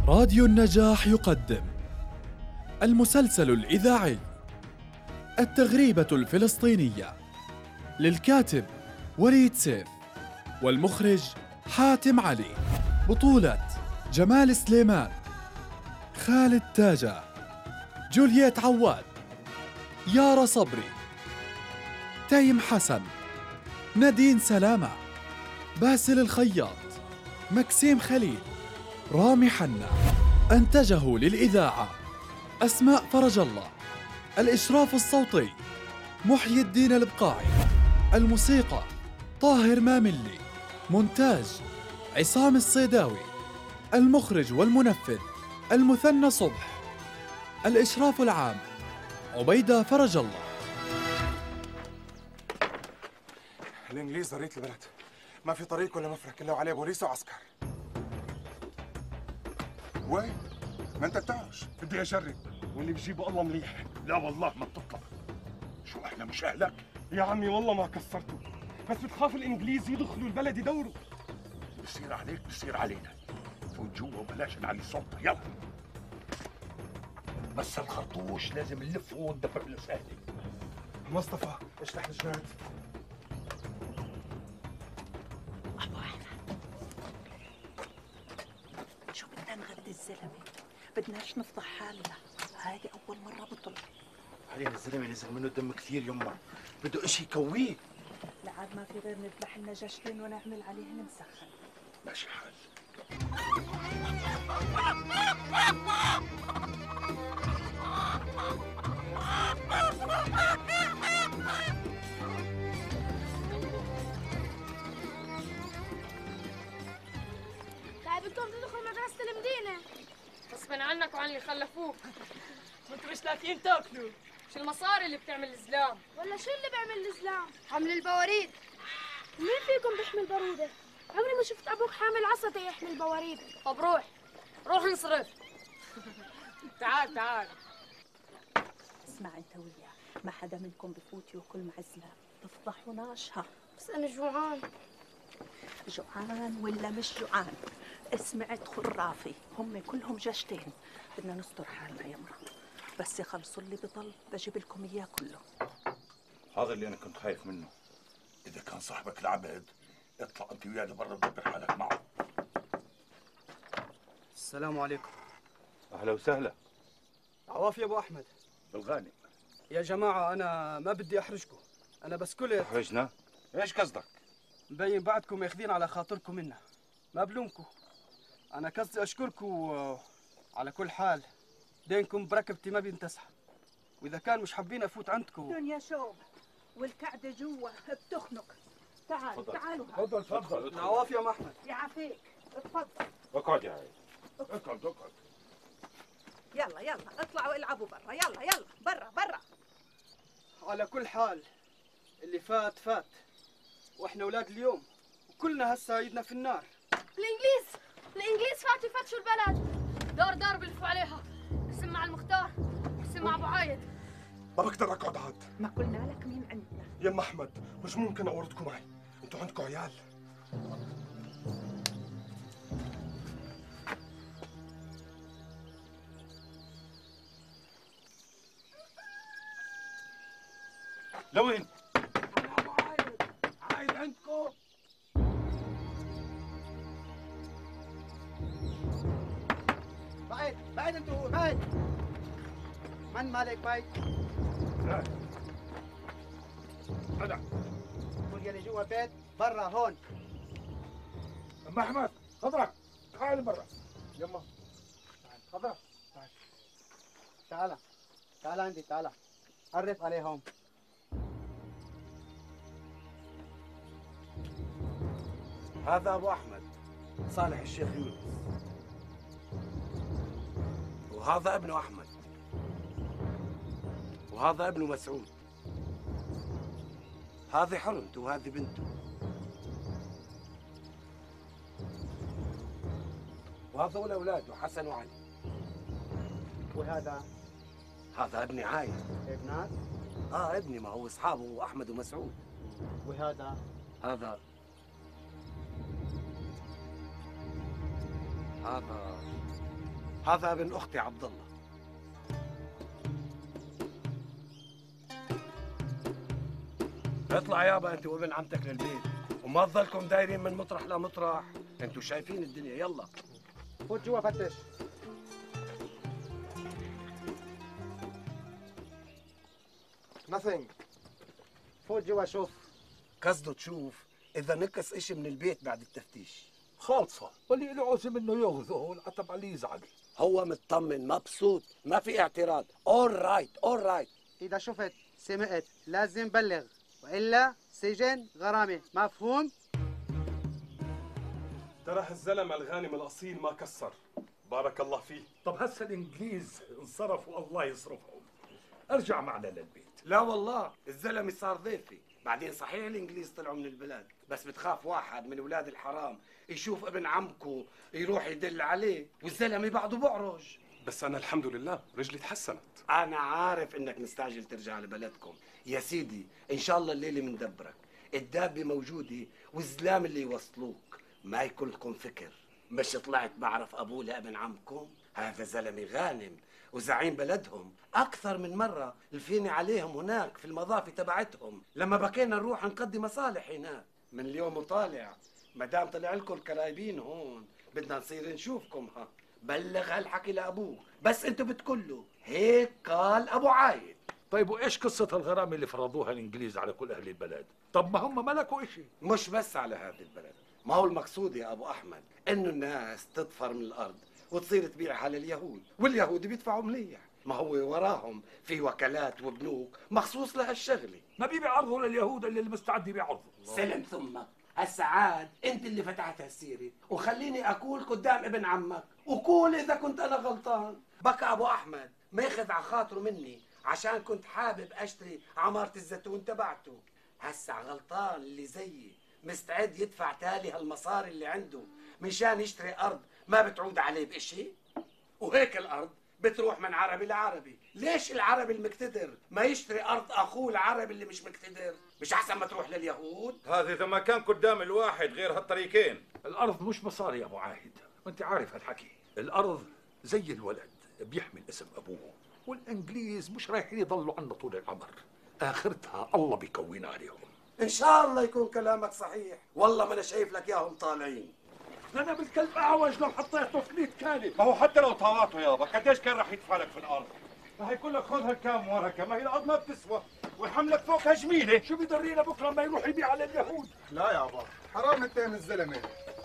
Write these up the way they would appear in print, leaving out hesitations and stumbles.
راديو النجاح يقدم المسلسل الإذاعي التغريبة الفلسطينية للكاتب وليد سيف والمخرج حاتم علي. بطولة جمال سليمان، خالد تاجة، جولييت عواد، يارا صبري، تيم حسن، نادين سلامة، باسل الخياط، مكسيم خليل، رامي حنا. أنتجه للإذاعة أسماء فرج الله. الإشراف الصوتي محيي الدين البقاعي. الموسيقى طاهر ماملي. مونتاج عصام الصيداوي. المخرج والمنفذ المثنى صبح. الإشراف العام عبيدة فرج الله. الإنجليز ضريت البلد، ما في طريق ولا مفرق إلا وعليه بوليس وعسكر. وين؟ ما أنت بتعرفش، بدي أجرب واللي بجيبه الله مليح. لا والله ما بتطلع. شو احنا مش اهلك؟ يا عمي والله ما كسرته، بس بتخاف الإنجليز يدخلوا البلد يدوروا. بصير عليك بصير علينا. فوت جوا وبلاش نعلي صوتنا. يلا. بس الخرطوش لازم نلفه وندفع له سهله. مصطفى اشلح الجناد. أبو أحمد، شو بدنا نغدي الزلمة؟ بدناش نفضح حالنا، هاي أول مرة بطل. علينا الزلمه نزل منه دم كثير يما، بده اشي يكويه. لعاد ما في غير نذبح لنا جشتين ونعمل عليهن مسخن. ماشي حال. طيب انتم تدخلوا مدرسة المدينة غصبا عنك وعن اللي خلفوك. انتوا مش لاقيين تاكلوا. مش المصاري اللي بتعمل الزلام، ولا شو اللي بيعمل الزلام؟ حمل البواريد. مين فيكم بيحمل بارودة؟ عمري ما شفت ابوك حامل عصا يحمل بواريد. طب روح انصرف. تعال اسمع انت وياه، ما حدا منكم بفوت ياكل مع الزلام، تفضحوناش. ها بس انا جوعان. جوعان ولا مش جوعان؟ سمعت خرافي، هم كلهم جشتين، بدنا نستر حالنا يما، بس يخلصوا اللي بضل بجيب لكم اياه كله. هذا اللي انا كنت خايف منه. اذا كان صاحبك العبد اطلع انت وياه لبرا ودبر حالك معه. السلام عليكم. اهلا وسهلا. عوافي يا ابو احمد. بالغاني. يا جماعه انا ما بدي احرجكم، انا بس كلت. احرجنا؟ ايش قصدك؟ مبين بعدكم ماخذين على خاطركم منا، ما بلومكم. انا قصدي اشكركم على كل حال. دينكم بركبتي ما بينتسحب، واذا كان مش حابين افوت عندكم. دنيا شوب والكعده جوا بتخنق. تعالوا تفضل. العوافي يا ام احمد. يعافيك، اتفضل. اقعد يا عيال. اقعد. يلا اطلعوا العبوا برا، يلا برا. على كل حال اللي فات واحنا اولاد اليوم، وكلنا هسه ايدنا في النار. الانجليز فاتوا يفتشوا البلد. دار بلفوا عليها. قسم مع المختار، قسم مع ابو عايد. ما بقدر أقعد عاد. ما قلنا لك مين عندنا؟ يما أحمد مش ممكن أورطكم معي، أنتوا عندكم عيال. لوين؟ عايد عندكم؟ بعد انتوا بعد. من مالك بعد؟ هذا كل يلي جوا البيت برا هون. ام احمد خضرك تعال برا. يما خضرك تعال عندي. عرف عليهم. هذا ابو احمد صالح الشيخ يونس، وهذا ابنه احمد، وهذا ابنه مسعود، هذه حرمته وهذه بنته، وهذول اولاده حسن وعلي. وهذا ابني عايد. ابنك؟ ابني، ما هو اصحابه احمد ومسعود. وهذا هذا هذا ابن اختي عبد الله. اطلع يابا انت وابن عمتك للبيت، وما تضلكم دايرين من مطرح لمطرح، انتوا شايفين الدنيا. يلا فوت جوا فتش. nothing. فوت جوا شوف. قصده تشوف اذا نقص اشي من البيت بعد التفتيش. خالصة واللي له عزم انه ياخذه والعتب عليه يزعل. هو مطمن مبسوط ما في اعتراض. اول رايت اول رايت. إذا شفت سمعت لازم بلغ، وإلا سجن غرامة. مفهوم؟ ترى هالزلمه الغانم الاصيل ما كسر، بارك الله فيه. طب هسه الانجليز انصرفوا الله يصرفهم، ارجع معنا للبيت. لا والله الزلمه صار ضيفي. بعدين صحيح الانجليز طلعوا من البلاد، بس بتخاف واحد من اولاد الحرام يشوف ابن عمكو يروح يدل عليه، والزلمه بعده بعرج. بس انا الحمد لله رجلي تحسنت. انا عارف انك مستعجل ترجع لبلدكم يا سيدي، ان شاء الله الليله مندبرك. الدابه موجوده والزلام اللي يوصلوك، ما يكون لكم فكر مش طلعت بعرف ابوه لابن عمكم. هذا زلمه غانم وزعيم بلدهم. اكثر من مره لفيني عليهم هناك في المضافي تبعتهم لما بكينا نروح نقضي مصالح هناك. من اليوم وطالع ما دام طلع لكم الكرايبين هون بدنا نصير نشوفكم. ها بلغ هالحكي لابوه، بس انتوا بتقولوا هيك قال ابو عايد. طيب وايش قصة الغرامة اللي فرضوها الانجليز على كل اهل البلد؟ طب ما هم ملكوا اشي. مش بس على هذه البلد، ما هو المقصود يا ابو احمد انه الناس تطفر من الارض وتصير تبيعها لليهود، واليهود بيدفعوا مليح. ما هو وراهم في وكالات وبنوك مخصوص لهالشغله. ما بيبيع ارضه لليهود اللي المستعد يبيع ارضه. سلم ثمك. هسا عاد انت اللي فتحت هالسيره، وخليني اقول قدام ابن عمك، وقول اذا كنت انا غلطان. بكى ابو احمد ما ياخذ على خاطره مني عشان كنت حابب اشتري عماره الزيتون تبعته. هسا غلطان اللي زيي مستعد يدفع تالي هالمصاري اللي عنده مشان يشتري ارض ما بتعود عليه بإشي، وهيك الارض بتروح من عربي لعربي. ليش العربي المقتدر ما يشتري ارض اخوه العربي اللي مش مقتدر؟ مش احسن ما تروح لليهود؟ هذا اذا ما كان قدام الواحد غير هالطريقين. الارض مش مصاري يا ابو عاهد، وانت عارف هالحكي. الارض زي الولد بيحمل اسم ابوه، والانجليز مش رايحين يضلوا عنا طول العمر، اخرتها الله بيكونها عليهم. ان شاء الله يكون كلامك صحيح. والله ما انا شايف لك اياهم طالعين. انا بالكلب اعوج لو حطيته في 100 كالب. ما هو حتى لو طواته يابا قديش كان راح يدفع لك في الارض؟ ما هيقول لك خذ هالكام ورقه، ما هي الارض ما بتسوى ويحملك فوقها جميله. شو بدرينا بكره ما يروح يبيع على اليهود؟ لا يابا حرام نتهم الزلمه،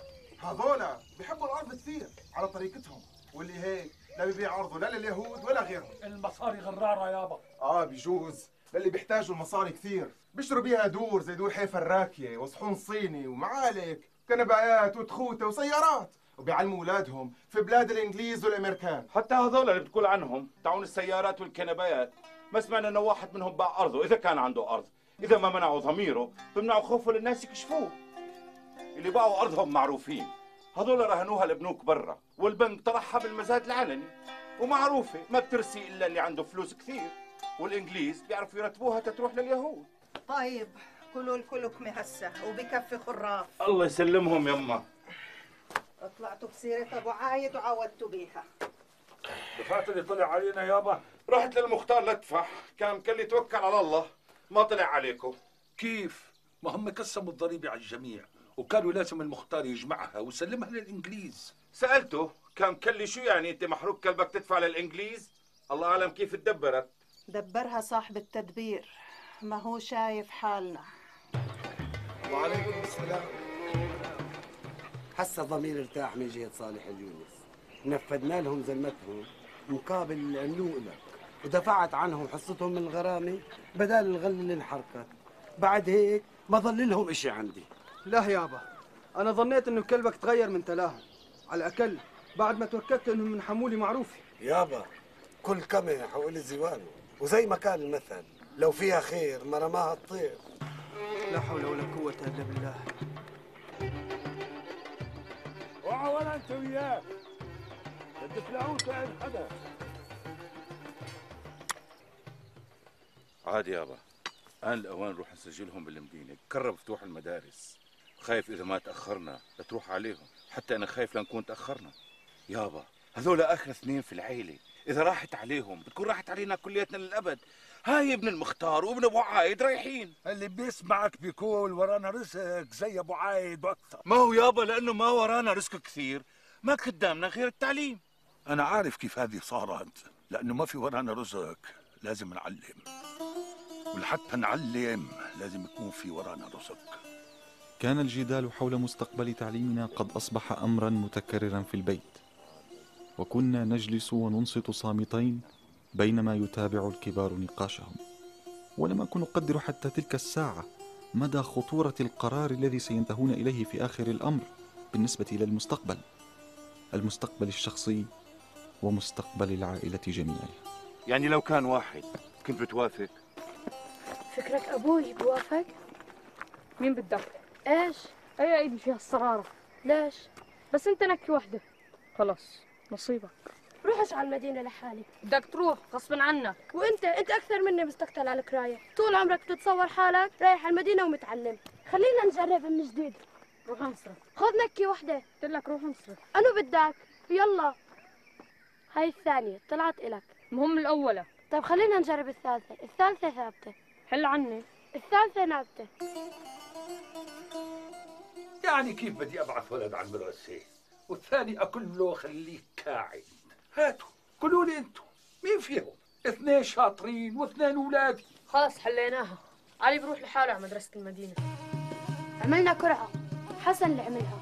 هذولا بيحبوا الارض كثير على طريقتهم، واللي هيك لا بيبيع ارضه لا لليهود ولا غيرهم. المصاري غراره يابا. بيجوز للي بيحتاجوا المصاري كثير، بيشتروا بيها دور زي دور حيفا الراكيه وصحون صيني ومعالق كنبايات وتخوته وسيارات، وبيعلموا اولادهم في بلاد الانجليز والامريكان. حتى هذول اللي بتقول عنهم تاعون السيارات والكنبايات، ما سمعنا انه واحد منهم باع ارضه اذا كان عنده ارض. اذا ما منعوا ضميره بمنعوا خوفه للناس يكشفوه. اللي باعوا ارضهم معروفين، هذول رهنوها لبنوك برا، والبنك طرحها بالمزاد العلني، ومعروفه ما بترسي الا اللي عنده فلوس كثير، والانجليز بيعرفوا يرتبوها تتروح لليهود. طيب كلوا الكلكمة هسه وبكفي خراف. الله يسلمهم يما. طلعتوا بسيرة ابو عايد وعودتوا بيها. دفعت اللي طلع علينا يابا. رحت للمختار لادفع، كان لي توكل على الله، ما طلع عليكم. كيف؟ ما هم قسموا الضريبه على الجميع، وكانوا لازم المختار يجمعها ويسلمها للانجليز. سالته كان لي شو يعني انت محروق كلبك تدفع للانجليز؟ الله اعلم كيف تدبرت. دبرها صاحب التدبير، ما هو شايف حالنا. وعليكم السلام. هسه ضمير ارتاح من جهه صالح اليونس. نفذنا لهم ذمتهم مقابل اللي عملوه لك، ودفعت عنهم حصتهم من الغرامه بدل الغل اللي انحركت. بعد هيك ما ضل لهم اشي عندي. لا يابا، أنا ظنيت إنه كلبك تغير من تلاهم، على الأقل بعد ما توكدت إنهم من حمولي معروفي. يابا كل قمح وإلي زوانه، وزي ما كان المثل لو فيها خير ما رماها الطير. لا حول ولا قوة إلا بالله. اوعى ولا انت وياه، بدك تلاقوه عند حدا. عادي يابا، آن الأوان نروح نسجلهم بالمدينة، قرب فتوح المدارس. خايف إذا ما تأخرنا تروح عليهم، حتى أنا خايف لنكون تأخرنا. يابا هذول اخر اثنين في العيله، اذا راحت عليهم بتكون راحت علينا كلياتنا للابد. هاي ابن المختار وابن ابو عايد رايحين. اللي بيسمعك بيقول ورانا رزق زي ابو عايد واكثر. ما هو يابا لانه ما ورانا رزق كثير، ما قدامنا غير التعليم. انا عارف كيف هذه صارت، لانه ما في ورانا رزق لازم نعلم، ولحتى نعلم لازم يكون في ورانا رزق. كان الجدال حول مستقبل تعليمنا قد أصبح أمرا متكررا في البيت، وكنا نجلس وننصت صامتين بينما يتابع الكبار نقاشهم، ولم أكن أقدر حتى تلك الساعة مدى خطورة القرار الذي سينتهون إليه في آخر الأمر بالنسبة إلى المستقبل الشخصي ومستقبل العائلة جميعها. يعني لو كان واحد كنت بتوافق؟ فكرك أبوي بوافق؟ مين بدك؟ إيش؟ أي عيد فيها الصرارة. ليش؟ بس أنت نكي وحدة. خلاص نصيبك. روحش على المدينة لحالك. بدك تروح غصبا عنك. وأنت أكثر مني مستقتل على الكراية، طول عمرك تتصور حالك رايح على المدينة ومتعلم. خلينا نجرب من جديد. روح انصرف. خذ نكي وحدة. قلت لك روح انصرف. أنو بدك؟ يلا. هاي الثانية طلعت إلك. المهم الأولى. طيب خلينا نجرب الثالثة ثابتة. حل عني. الثالثة نابتة. يعني كيف بدي ابعث ولد على المدرسه والثاني اقول له خليك قاعد؟ هاتوا قولوا لي انتم مين فيهم؟ اثنين شاطرين واثنين اولادي. خلاص حليناها. علي بروح لحاله على مدرسة المدينة. عملنا قرعة، حسن اللي عملها.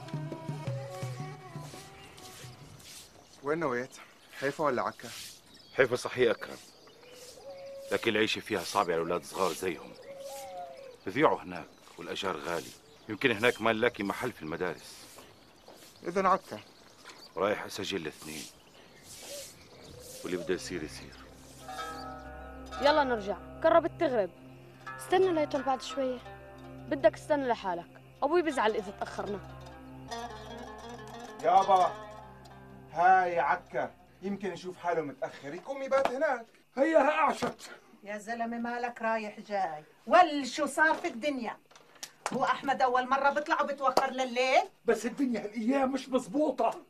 وين نويت؟ حيفا ولا عكا؟ حيفا صحيح أكرم، لكن العيشة فيها صعبة على أولاد صغار زيهم. بذيعوا هناك والأجار غالي، يمكن هناك ما نلاقي محل في المدارس. إذا عكا. رايح أسجل الاثنين، واللي بده يصير يصير. يلا نرجع، قربت تغرب. استنى ليطل بعد شوية. بدك تستنى لحالك، أبوي بزعل إذا تأخرنا. يابا هاي عكا، يمكن يشوف حاله متأخر يقوم يبات هناك. هيها أعشت. يا زلمة مالك رايح جاي؟ شو صار في الدنيا؟ هو أحمد أول مرة بيطلع وبتوخر لليل؟ بس الدنيا هالأيام مش مزبوطة.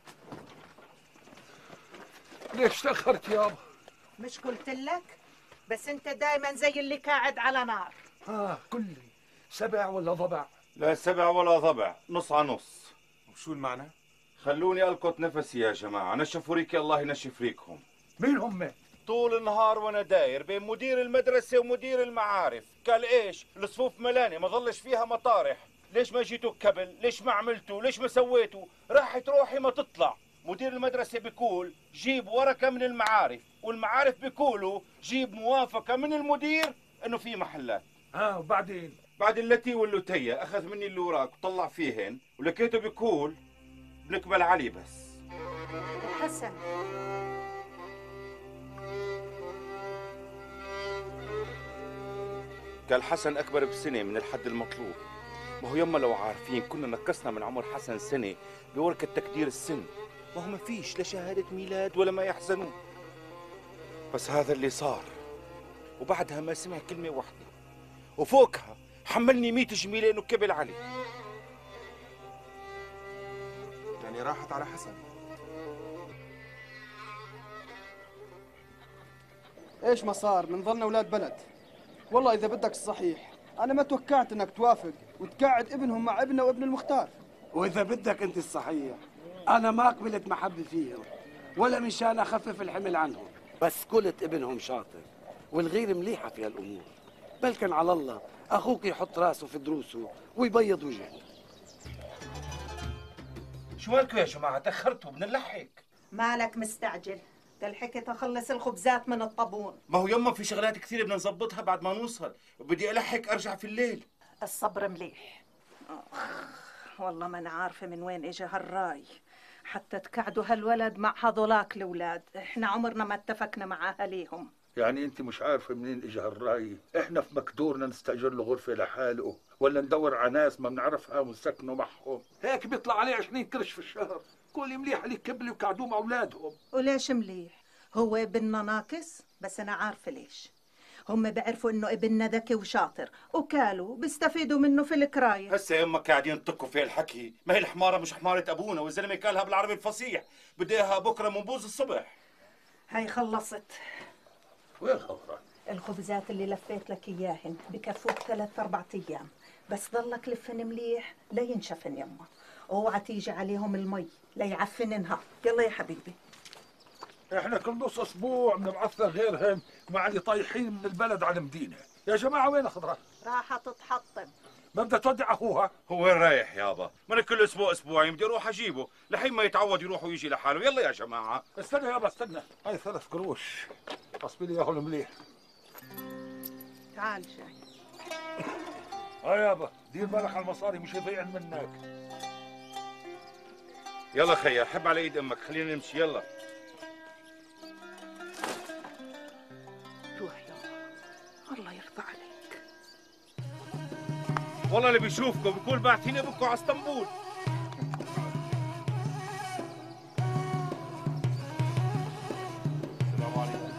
ليش تأخرت يابا؟ مش قلت لك؟ بس أنت دايما زي اللي قاعد على نار. قل لي 7 ولا ضبع؟ لا 7 ولا ضبع، نص على نص. وشو المعنى؟ خلوني ألقط نفسي يا جماعة، نشفوا ريكي الله ينشف ريكهم. مين هم؟ طول النهار وانا داير بين مدير المدرسة ومدير المعارف، قال ايش؟ الصفوف ملانة ما ظلش فيها مطارح، ليش ما جيتوا قبل؟ ليش ما عملتوا؟ ليش ما سويتوا؟ راحت روحي ما تطلع، مدير المدرسة بيقول جيب ورقة من المعارف، والمعارف بيقولوا جيب موافقة من المدير انه في محلات. وبعدين؟ بعد اللتي واللوتية اخذ مني اللوراق وطلع فيهن، ولقيته بيقول بنقبل علي بس. حسن قال حسن أكبر بسنة من الحد المطلوب. ما هو يما لو عارفين كنا نقصنا من عمر حسن سنة بورقة تقدير السن. ما هو ما فيش لا شهادة ميلاد ولا ما يحزنون. بس هذا اللي صار، وبعدها ما سمع كلمة واحدة، وفوقها حملني 100 جميلة إنه كبل علي. يعني راحت على حسن. ايش ما صار بنضلنا اولاد بلد. والله اذا بدك الصحيح انا ما توقعت انك توافق وتقعد ابنهم مع ابنه وابن المختار. واذا بدك انت الصحيح انا ما قبلت محبه فيهم ولا مشان اخفف الحمل عنهم، بس قلت ابنهم شاطر والغير مليحه في هالامور. بلكن على الله اخوك يحط راسه في دروسه ويبيض وجهه. شو مالكم يا جماعة؟ تأخرتوا بنلحق. مالك مستعجل؟ تلحقت اخلص الخبزات من الطابون. ما هو يما في شغلات كثير بدنا نظبطها بعد ما نوصل، وبدي ألحق أرجع في الليل. الصبر مليح. والله ما أنا عارفة من وين إجا هالراي حتى تقعدوا هالولد مع هذولاك الأولاد. إحنا عمرنا ما اتفقنا مع أهاليهم. يعني انت مش عارفه منين اجى هالراي؟ احنا في مقدورنا نستاجر له غرفه لحاله ولا ندور على ناس ما بنعرفها ونسكنوا معهم؟ هيك بيطلع عليه 20 قرش في الشهر. قولي مليح عليك كبلي وقعدوه مع اولادهم. وليش مليح؟ هو ابننا ناقص؟ بس أنا عارفة ليش. هم بيعرفوا انه ابننا ذكي وشاطر وكالوا بيستفيدوا منه في الكرايه. هسه يمك قاعدين تطقوا في الحكي، ما هي الحماره مش حماره ابونا، والزلمه قالها بالعربي الفصيح، بدي اياها بكره منبوذ الصبح. هاي خلصت. وين خبرك؟ الخبزات اللي لفيت لك اياهن بكفوك 3-4 ايام، بس ضلك لفن مليح لا ينشفن يما. اوعى تيجي عليهم المي لا يعفننها. يلا يا حبيبي. احنا كل نص اسبوع بنبعث غيرهم مع اللي طايحين من البلد على المدينه. يا جماعه وين خضره؟ راح تتحطم. ما بدها تودع اخوها؟ هو وين رايح يابا؟ ما انا كل اسبوع اسبوعين بدي اروح اجيبه لحين ما يتعود يروح ويجي لحاله. يلا يا جماعه. استنى يابا استنى، هاي 3 قروش اصبي لي اياهم مليح. تعال جاي. ها يابا دير بالك على المصاري مش يضيعن منك. يلا خيا حب على ايد امك خلينا نمشي. يلا روح يابا الله يرضى عليك. والله اللي بيشوفكم بيقول باعتين ابوكم على اسطنبول. السلام عليكم.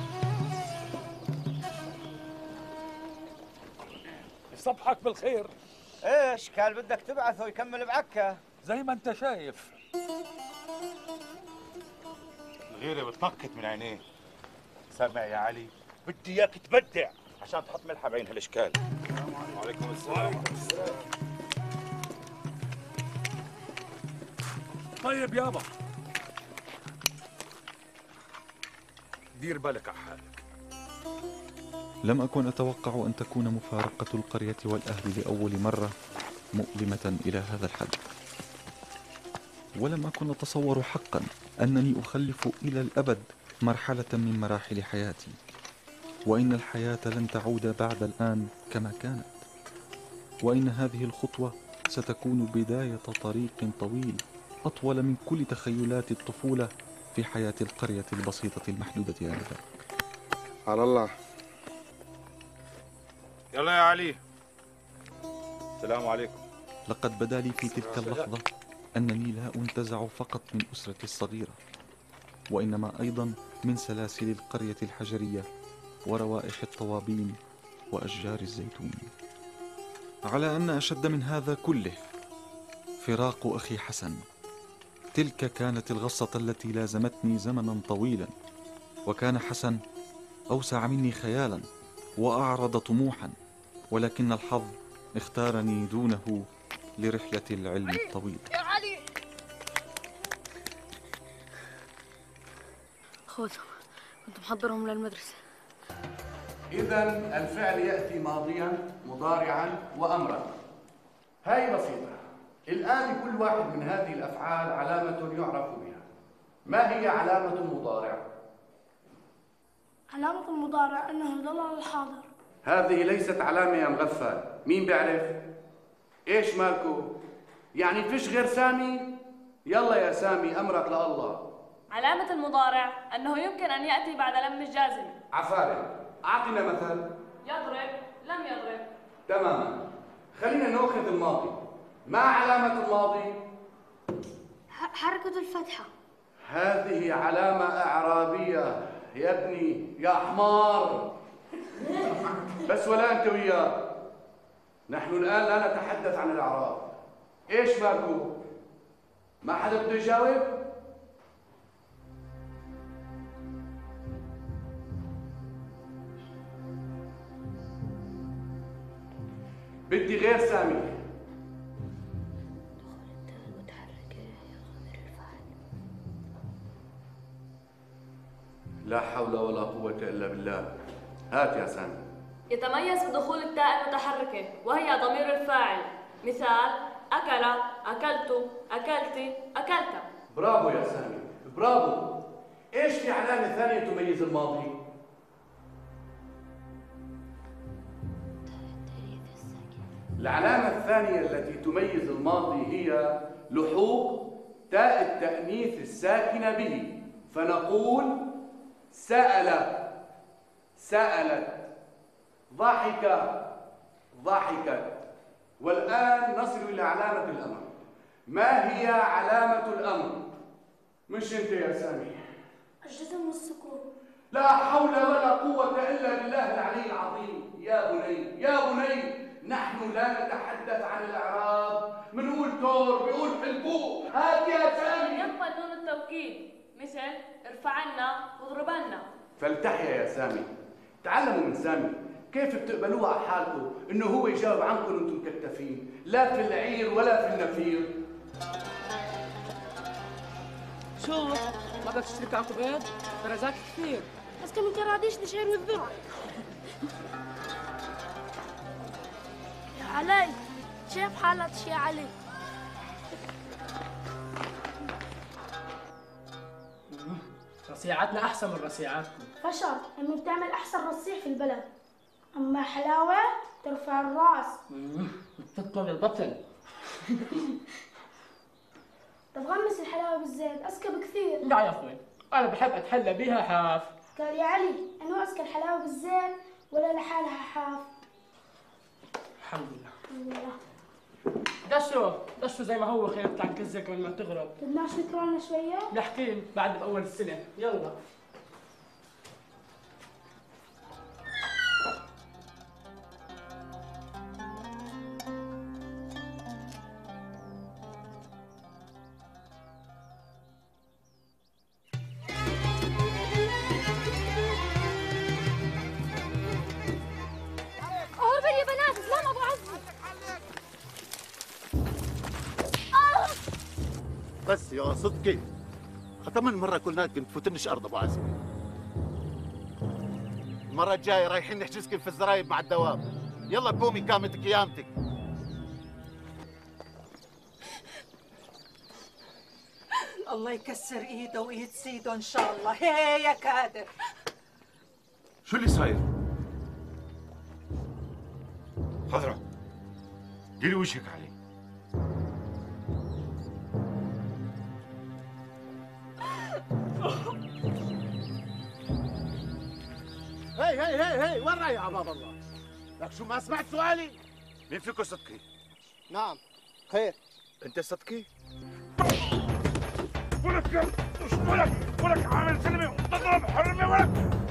يصبحك بالخير. ايش كان بدك تبعثه يكمل بعكا؟ زي ما انت شايف الغيره بتنقط من عينيه. سامع يا علي، بدي اياك تبدع عشان تحط ملحه بعين هالاشكال. السلام عليكم. وعليكم السلام. طيب يابا دير بالك على حالك. لم أكن أتوقع أن تكون مفارقة القرية والأهل لأول مرة مؤلمة إلى هذا الحد، ولم أكن أتصور حقا أنني أخلف إلى الأبد مرحلة من مراحل حياتي، وإن الحياة لن تعود بعد الآن كما كانت، وإن هذه الخطوة ستكون بداية طريق طويل أطول من كل تخيلات الطفولة في حياة القرية البسيطة المحدودة آنذاك. على الله. يلا يا علي. السلام عليكم. لقد بدا لي في تلك اللحظة أنني لا أنتزع فقط من أسرتي الصغيرة، وإنما أيضا من سلاسل القرية الحجرية وروائح الطوابين وأشجار الزيتون. على أن أشد من هذا كله فراق أخي حسن. تلك كانت الغصة التي لازمتني زمنا طويلا، وكان حسن أوسع مني خيالا وأعرض طموحا، ولكن الحظ اختارني دونه لرحلة العلم الطويل. يا علي خذ كنت محضرهم للمدرسة. إذا الفعل يأتي ماضيا مضارعا وأمرا. هاي بسيطة. الآن لكل واحد من هذه الأفعال علامة يعرف بها. ما هي علامة المضارع؟ علامة المضارع أنه يدل على الحاضر. هذه ليست علامة يا مغفل. مين بيعرف؟ إيش مالكو؟ يعني فيش غير سامي؟ يلا يا سامي أمرك لله. علامة المضارع أنه يمكن أن يأتي بعد لم الجازم. عفارم أعطنا مثل. يضرب، لم يضرب. تماما. خلينا نأخذ الماضي. ما علامة الماضي؟ حركة الفتحة. هذه علامة إعرابية يا ابني يا حمار. بس ولا أنت وياه. نحن الآن لا نتحدث عن الإعراب. إيش مالكو؟ ما حدا بده يجاوب؟ بدي غير سامي. لا حول ولا قوة إلا بالله. هات يا سامي. يتميز بدخول التاء المتحركة وهي ضمير الفاعل. مثال: أكل، أكلت، أكلت، أكلت. برافو يا سامي، برافو. إيش في علامة ثانية تميز الماضي؟ العلامة الثانية التي تميز الماضي هي لحوق تاء التأنيث الساكنة به، فنقول سأل، سألت، ضحك، ضحكت. والآن نصل إلى علامة الأمر. ما هي علامة الأمر؟ مش أنت يا سامي. الجزم والسكون. لا حول ولا قوة إلا بالله العلي العظيم. يا بني يا بني، نحن لا نتحدث عن الإعراب، بنقول تور بيقول حلبوه. هات يا سامي. يقبل نون التوكيد مثل ارفع عنا واضرب عنا. فالتحيا يا سامي، تعلموا من سامي كيف بتقبلوها على حالكم انه هو يجاوب عنكم وانتم مكتفين، لا في العير ولا في النفير. شوف، ما بدك تشتري كعك بيض؟ فرزات كثير. بس كم كراديش الشعير والذرة. يا علي، شايف حالة شي علي؟ رصيعاتنا أحسن من رصيعاتكم. فشر، أمي بتعمل أحسن رصيع في البلد. أما حلاوة ترفع الراس. تطلب البطن. طب غمس الحلاوة بالزيت، أذكى بكثير. لا يا أخوي، أنا بحب أتحلى بيها حاف. قال يا علي، أنو أذكى الحلاوة بالزيت ولا لحالها حاف؟ الحمد لله. الحمد لله. دشوا زي ما هو خير بتاع الكزة قبل ما تغرب. بدناش نقرا لنا شوية؟ نحكي بعد بأول السنة، يلا. أهربوا يا بنات، زلام أبو عزة. بس يا صدقي، ثمان مرة قلنا لك تفوتنش أرض أبو عزمي. المرة الجاية رايحين نحجزك في الزرايب مع الدوام. يلا قومي قامتك قيامتك. الله يكسر ايده وايد سيده ان شاء الله. هي يا كادر. شو اللي صاير؟ خضرة، ديري وشك علي. هي وين رايح عباد الله؟ لك شو ما سمعت سؤالي؟ مين فيكم صدقي؟ نعم، خير. انت صدقي؟ ولك عامل سلمي تضرب حرمي ولك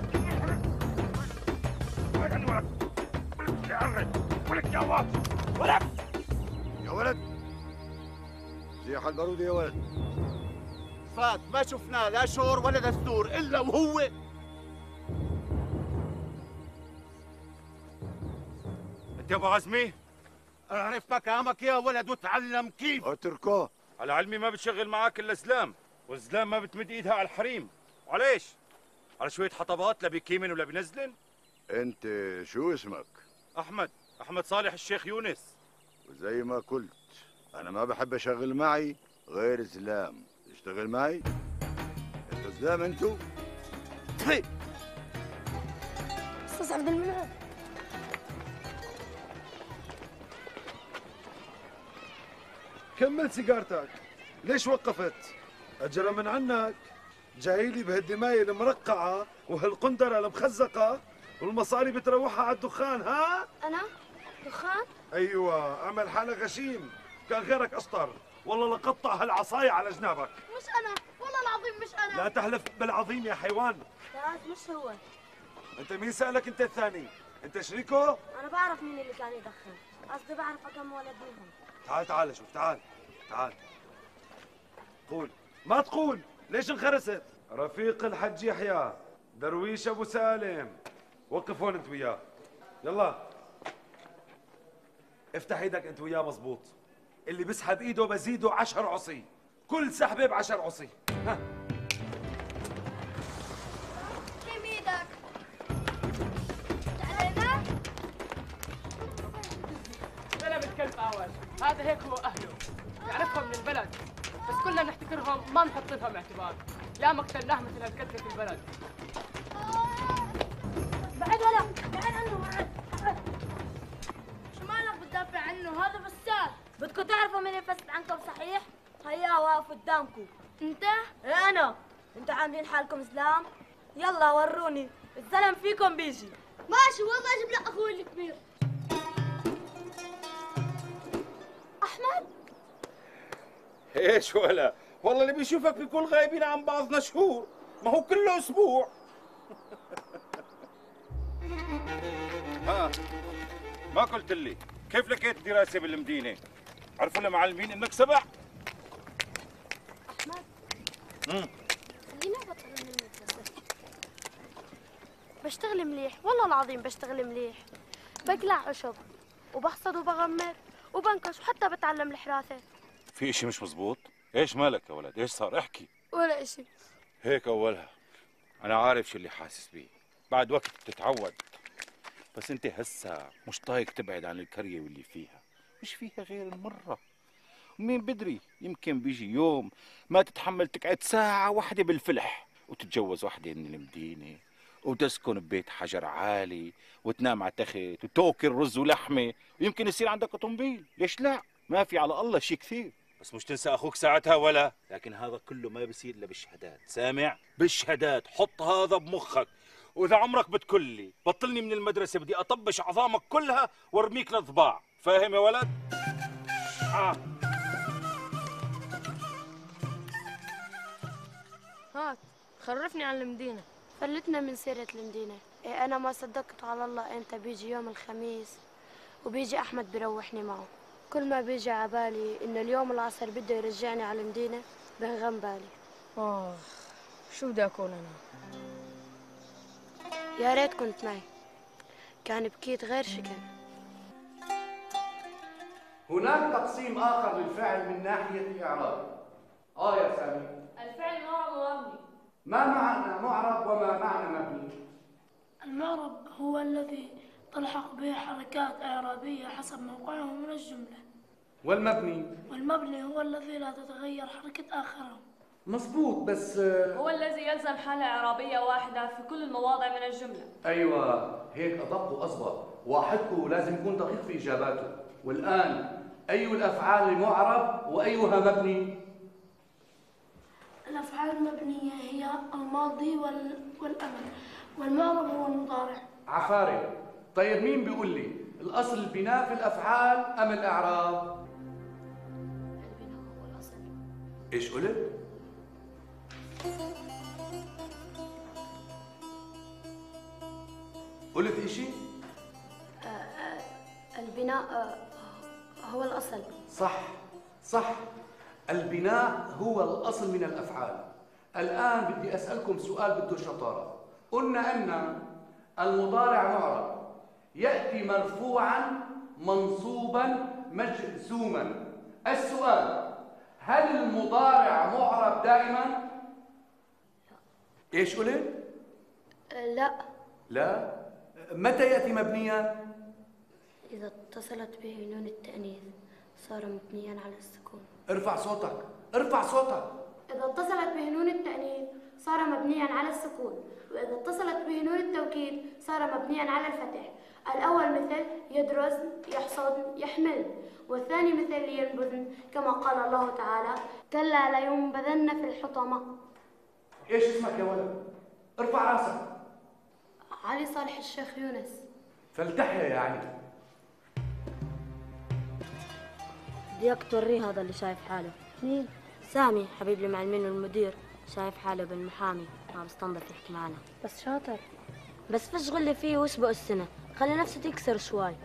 عندي ولك يا عمي ولك يا واط ولك يا ولد زيح البارودة يا ولد. فات ما شفناه لا شور ولا دستور الا وهو. انت يا ابو عزمي؟ اعرف مكامك يا ولد وتعلم كيف. اتركه. على علمي ما بتشغل معاك الا زلام، والزلام ما بتمد ايدها على الحريم. وعليش؟ على شوية حطبات لا بيكيمن ولا بينزلن؟ انت شو اسمك؟ احمد صالح الشيخ يونس. وزي ما قلت انا ما بحب اشغل معي غير زلام. اشتغل معي انتوا زلام انتوا. استاذ عبد المنعم، كمل سيجارتك. ليش وقفت؟ أجرى من عنك. جايلي بهالدماية المرقعة وهالقندرة المخزقة والمصاري بتروحها على الدخان. ها؟ أنا؟ دخان؟ أيوة، اعمل حالك غشيم. كان غيرك أشطر. والله لقطع هالعصاية على جنابك. مش أنا، والله العظيم مش أنا. لا تحلف بالعظيم يا حيوان. لا مش هو. أنت مين سألك أنت الثاني؟ أنت شريكه؟ أنا بعرف مين اللي كان يدخن، قصدي بعرف كم ولد منهم. تعال شوف، تعال. قول. ما تقول. ليش انخرست؟ رفيق الحج يحيى، درويش ابو سالم. وقف هون انت وياه. يلا افتح ايدك انت وياه مزبوط. اللي بسحب ايده بزيده 10 عصي، كل سحبه ب10 عصي. ها كم ايدك؟ علينا؟ سلام الكلب أول، هذا هيك هو أهله، نعرفهم من البلد، بس كلنا بنحتكرهم ما بنحط لهم اعتبار، يا ما قتلناه مثل هالقتلة في البلد. بعد ولا بعد عنه بعد. شو مالك بتدافع عنه؟ هذا بسال. بدكم تعرفوا مين يفسد عنكم صحيح؟ هيا واقف قدامكم. انت؟ ايه انا. انتوا عاملين حالكم زلام؟ يلا وروني، الزلم فيكم بيجي. ماشي والله اجيب لك اخوي الكبير. احمد؟ ايش ولا؟ والله اللي بيشوفك بيكون غايبين عن بعضنا شهور، ما هو كله اسبوع. ها ما قلت لي كيف لقيت دراسة بالمدينة؟ عرفوا المعلمين انك سبع؟ احمد خلينا بطل من المدرسة. بشتغل مليح والله العظيم بشتغل مليح. بقلع عشب وبحصد وبغمر وبنكش وحتى بتعلم الحراثة. في اشي مش مزبوط؟ ايش مالك يا ولد؟ ايش صار؟ احكي. ولا اشي. هيك اولها. انا عارف شو اللي حاسس بيه. بعد وقت بتتعود. بس انت هسا مش طايق تبعد عن القرية واللي فيها. مش فيها غير المرة. ومين بدري يمكن بيجي يوم ما تتحمل تقعد ساعة واحدة بالفلح وتتجوز واحدة من المدينة وتسكن ببيت حجر عالي وتنام على تخت وتاكل رز ولحمة ويمكن يصير عندك اوتومبيل. ليش لا؟ ما في على الله شيء كثير. بس مش تنسى اخوك ساعتها ولا. لكن هذا كله ما بيصير الا بالشهادات. سامع؟ بالشهادات. حط هذا بمخك. واذا عمرك بتكلي بطلني من المدرسة بدي اطبش عظامك كلها وارميك للضباع. فاهم يا ولد؟ هات خرفني عن المدينة. فلتنا من سيرة المدينة. إيه أنا ما صدقت على الله إمتى بيجي يوم الخميس وبيجي أحمد بيروحني معه. كل ما بيجي عبالي إنه اليوم العصر بده يرجعني على المدينة بنغم بالي. شو بدي أكون أنا؟ يا ريت كنت معي، كان بكيت غير شكل. هناك تقسيم آخر للفعل من ناحية الإعراب. يا سامي. الفعل معرب ومبني. ما معنى معرب وما معنى مبني؟ المعرب هو الذي تلحق به حركات إعرابية حسب موقعه من الجملة. والمبني؟ والمبني هو الذي لا تتغير حركة آخره. مظبوط بس هو الذي يلزم حالة إعرابية واحدة في كل المواضع من الجملة. أيوة هيك أدق وأصبر. واحدكم لازم يكون دقيق في إجاباته. والآن أي الأفعال معرب وأيها مبني؟ الأفعال المبنية هي الماضي والأمر، والمعرب هو المضارع. عفاري. طيب مين بيقول لي الأصل البناء في الأفعال أم الإعراب؟ البناء هو الأصل. إيش قلت؟ قلت إشي؟ البناء هو الأصل. صح. البناء هو الأصل من الأفعال. الآن بدي أسألكم سؤال بده شطارة. قلنا أن المضارع معرب يأتي مرفوعا منصوبا مجزوما. السؤال هل المضارع معرب دائما؟ إيش قلت؟ لا. متى يأتي مبنيا؟ إذا اتصلت به نون التأنيث صار مبنيا على السكون. ارفع صوتك. إذا اتصلت به نون التأنيث صار مبنيا على السكون، وإذا اتصلت به نون التوكيد صار مبنيا على الفتح. الأول مثل يدرس، يحصد، يحمل، والثاني مثل ينبذن كما قال الله تعالى كلا لينبذن في الحطمة. إيش اسمك يا ولد؟ ارفع راسك. علي صالح الشيخ يونس. فلتحيا يعني. بديك توريه هذا اللي شايف حاله. مين؟ سامي حبيب المعلمين والمدير، شايف حاله بالمحامي ما بستنضف يحكي معنا. بس شاطر. بس فش غلي فيه واسبق السنة، خلي نفسه تكسر شوي.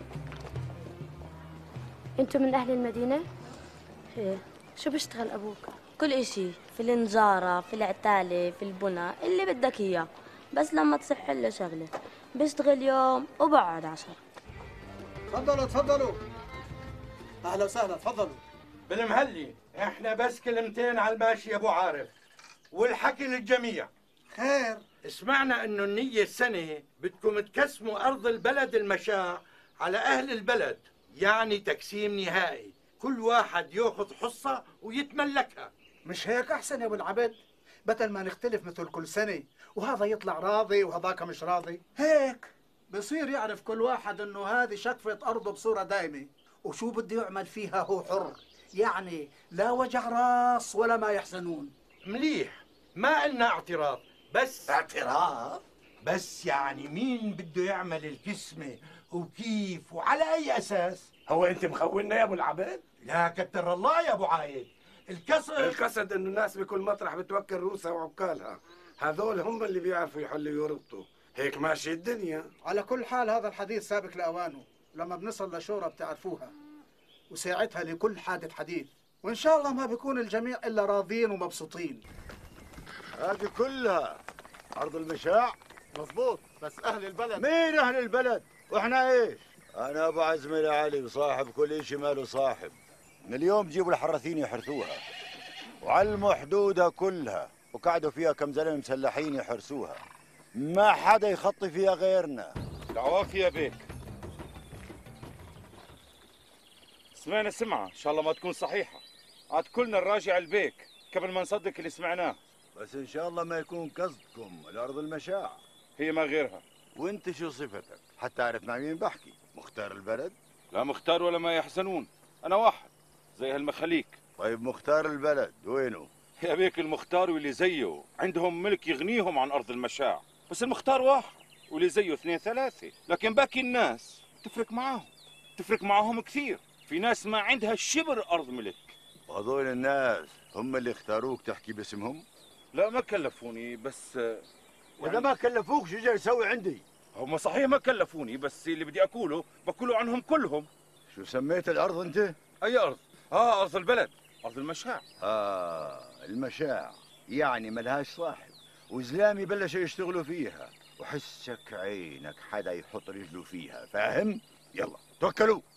انتوا من أهل المدينة؟ ايه. شو بيشتغل أبوك؟ كل إشي، في النجارة، في العتالة، في البنا، اللي بدك إياه، بس لما تصح له شغلة بيشتغل يوم وبقعد 10. تفضلوا. أهلا وسهلا، تفضلوا. بالمهلي احنا بس كلمتين على الماشي يا ابو عارف والحكي للجميع. خير. سمعنا انه النية السنة بدكم تقسموا ارض البلد المشاع على اهل البلد، يعني تقسيم نهائي، كل واحد ياخذ حصة ويتملكها. مش هيك احسن يا ابو العبد؟ بدل ما نختلف مثل كل سنة وهذا يطلع راضي وهذاك مش راضي، هيك بصير يعرف كل واحد انه هذه شقفة ارضه بصورة دايمة، وشو بده يعمل فيها هو حر، يعني لا وجع راس ولا ما يحزنون. مليح، ما قلنا اعتراض، بس اعتراض؟ بس يعني مين بده يعمل القسمة وكيف وعلى اي اساس؟ هو انت مخوننا يا ابو العبد؟ لا كتر الله يا ابو عايد. القصد انه الناس بكل مطرح بتوكل رؤوسها وعكالها. هذول هم اللي بيعرفوا يحلوا يورطوا. هيك ماشي الدنيا. على كل حال هذا الحديث سابق لأوانه، لما بنصل لشورى بتعرفوها، وساعتها لكل حادث حديث، وإن شاء الله ما بيكون الجميع إلا راضيين ومبسوطين. هذه كلها أرض المشاع. مظبوط، بس أهل البلد. مين أهل البلد؟ وإحنا إيش؟ أنا أبو عزم العلي وصاحب كل شيء ماله صاحب. من اليوم جيبوا الحراثين يحرثوها، وعلموا حدودها كلها، وقعدوا فيها كم زلمه مسلحين يحرسوها. ما حدا يخطي فيها غيرنا. العوافي يا بيك. سمعنا سمعة إن شاء الله ما تكون صحيحة، عاد كلنا نراجع البيك قبل ما نصدق اللي سمعناه. بس إن شاء الله ما يكون قصدكم الأرض المشاع. هي ما غيرها. وأنت شو صفتك؟ حتى أعرف مع مين بحكي. مختار البلد؟ لا مختار ولا ما يحسنون، أنا واحد زي هالمخاليك. طيب مختار البلد وينه؟ يا بيك المختار واللي زيه عندهم ملك يغنيهم عن أرض المشاع، بس المختار واحد واللي زيه اثنين ثلاثة، لكن باقي الناس تفرق معاهم كثير. في ناس ما عندها شبر أرض ملك. وهذول الناس هم اللي اختاروك تحكي باسمهم؟ لا ما كلفوني، بس وإذا ما كلفوك شو جاي تسوي عندي؟ هم صحيح ما كلفوني، بس اللي بدي أقوله بقوله عنهم كلهم. شو سميت الأرض أنت؟ أي أرض؟ أرض البلد، أرض المشاع. المشاع يعني ملهاش صاحب، وزلامي بلشوا يشتغلوا فيها، وحسك عينك حدا يحط رجله فيها، فاهم؟ يلا توكلوا.